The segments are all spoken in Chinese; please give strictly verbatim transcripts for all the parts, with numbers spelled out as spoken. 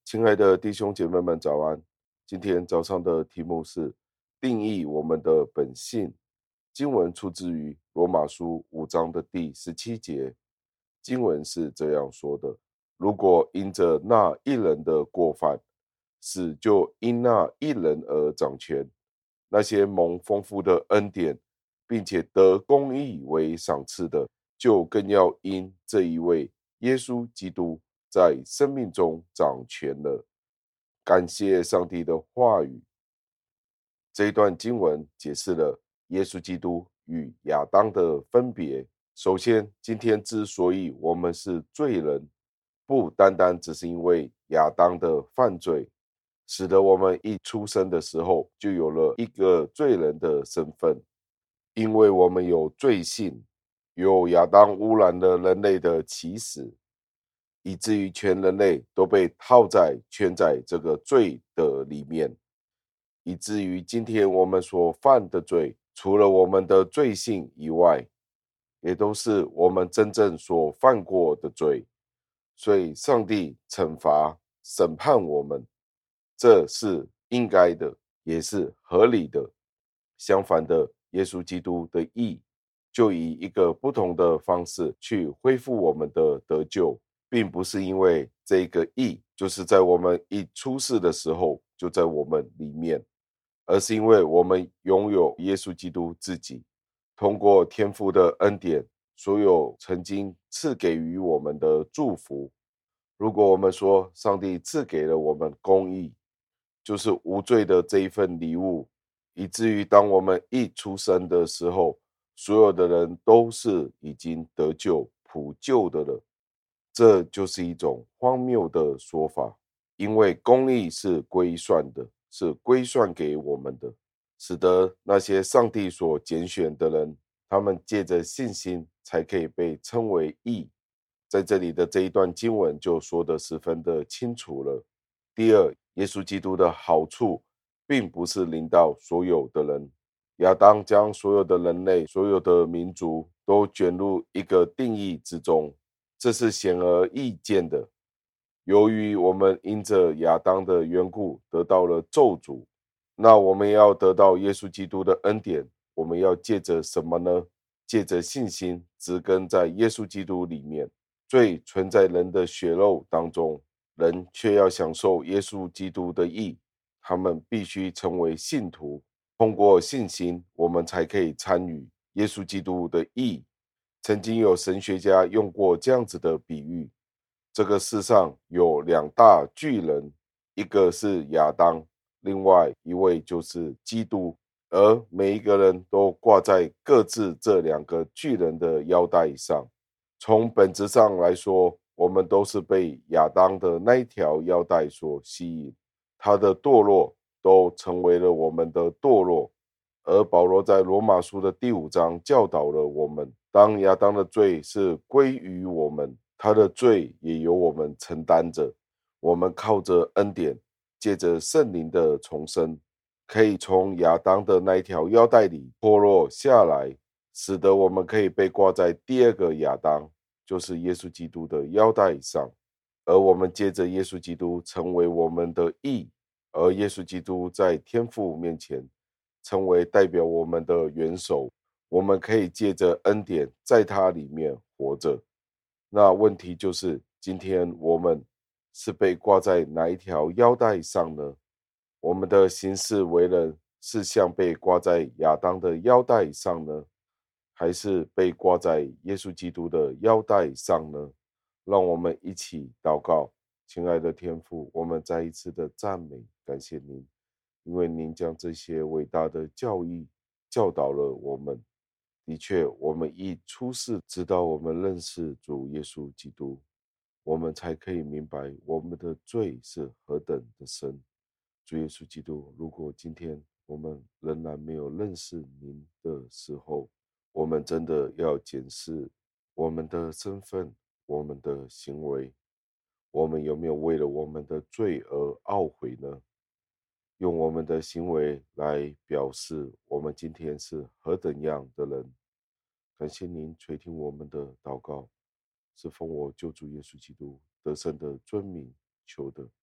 亲爱的弟兄姐妹们，早安！今天早上的题目是定义我们的本性。经文出自于罗马书五章的第十七节。经文是这样说的：如果因着那一人的过犯，死就因那一人而掌权，那些蒙丰富的恩典，并且得公义为赏赐的，就更要因这一位耶稣基督在生命中掌权了。感谢上帝的话语。这一段经文解释了耶稣基督与亚当的分别。首先，今天之所以我们是罪人，不单单只是因为亚当的犯罪，使得我们一出生的时候就有了一个罪人的身份，因为我们有罪性，有亚当污染了人类的起始，以至于全人类都被套在圈在这个罪的里面，以至于今天我们所犯的罪，除了我们的罪性以外，也都是我们真正所犯过的罪。所以上帝惩罚审判我们，这是应该的，也是合理的。相反的，耶稣基督的义就以一个不同的方式去恢复我们的得救，并不是因为这个义就是在我们一出世的时候就在我们里面，而是因为我们拥有耶稣基督自己，通过天父的恩典，所有曾经赐给予我们的祝福。如果我们说上帝赐给了我们公义，就是无罪的这一份礼物，以至于当我们一出生的时候，所有的人都是已经得救、普救的了。这就是一种荒谬的说法，因为公义是归算的，是归算给我们的，使得那些上帝所拣选的人，他们借着信心才可以被称为义。在这里的这一段经文就说得十分的清楚了。第二，耶稣基督的好处并不是临到所有的人。亚当将所有的人类、所有的民族都卷入一个定义之中，这是显而易见的。由于我们因着亚当的缘故得到了咒诅，那我们要得到耶稣基督的恩典，我们要借着什么呢？借着信心植根在耶稣基督里面。罪存在人的血肉当中，人却要享受耶稣基督的义，他们必须成为信徒，通过信心，我们才可以参与耶稣基督的义。曾经有神学家用过这样子的比喻，这个世上有两大巨人，一个是亚当，另外一位就是基督，而每一个人都挂在各自这两个巨人的腰带上。从本质上来说，我们都是被亚当的那一条腰带所吸引，他的堕落都成为了我们的堕落。而保罗在罗马书的第五章教导了我们，当亚当的罪是归于我们，他的罪也由我们承担着。我们靠着恩典，借着圣灵的重生，可以从亚当的那一条腰带里脱落下来，使得我们可以被挂在第二个亚当，就是耶稣基督的腰带上。而我们借着耶稣基督成为我们的义，而耶稣基督在天父面前成为代表我们的元首，我们可以借着恩典在他里面活着。那问题就是，今天我们是被挂在哪一条腰带上呢？我们的行事为人是像被挂在亚当的腰带上呢，还是被挂在耶稣基督的腰带上呢？让我们一起祷告。亲爱的天父，我们再一次的赞美感谢您，因为您将这些伟大的教义教导了我们。的确，我们一出世，直到我们认识主耶稣基督，我们才可以明白我们的罪是何等的深。主耶稣基督，如果今天我们仍然没有认识您的时候，我们真的要检视我们的身份，我们的行为，我们有没有为了我们的罪而懊悔呢？用我们的行为来表示我们今天是何等样的人。感谢您垂听我们的祷告，是奉我救主耶稣基督得胜的尊名求的。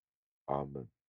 阿门。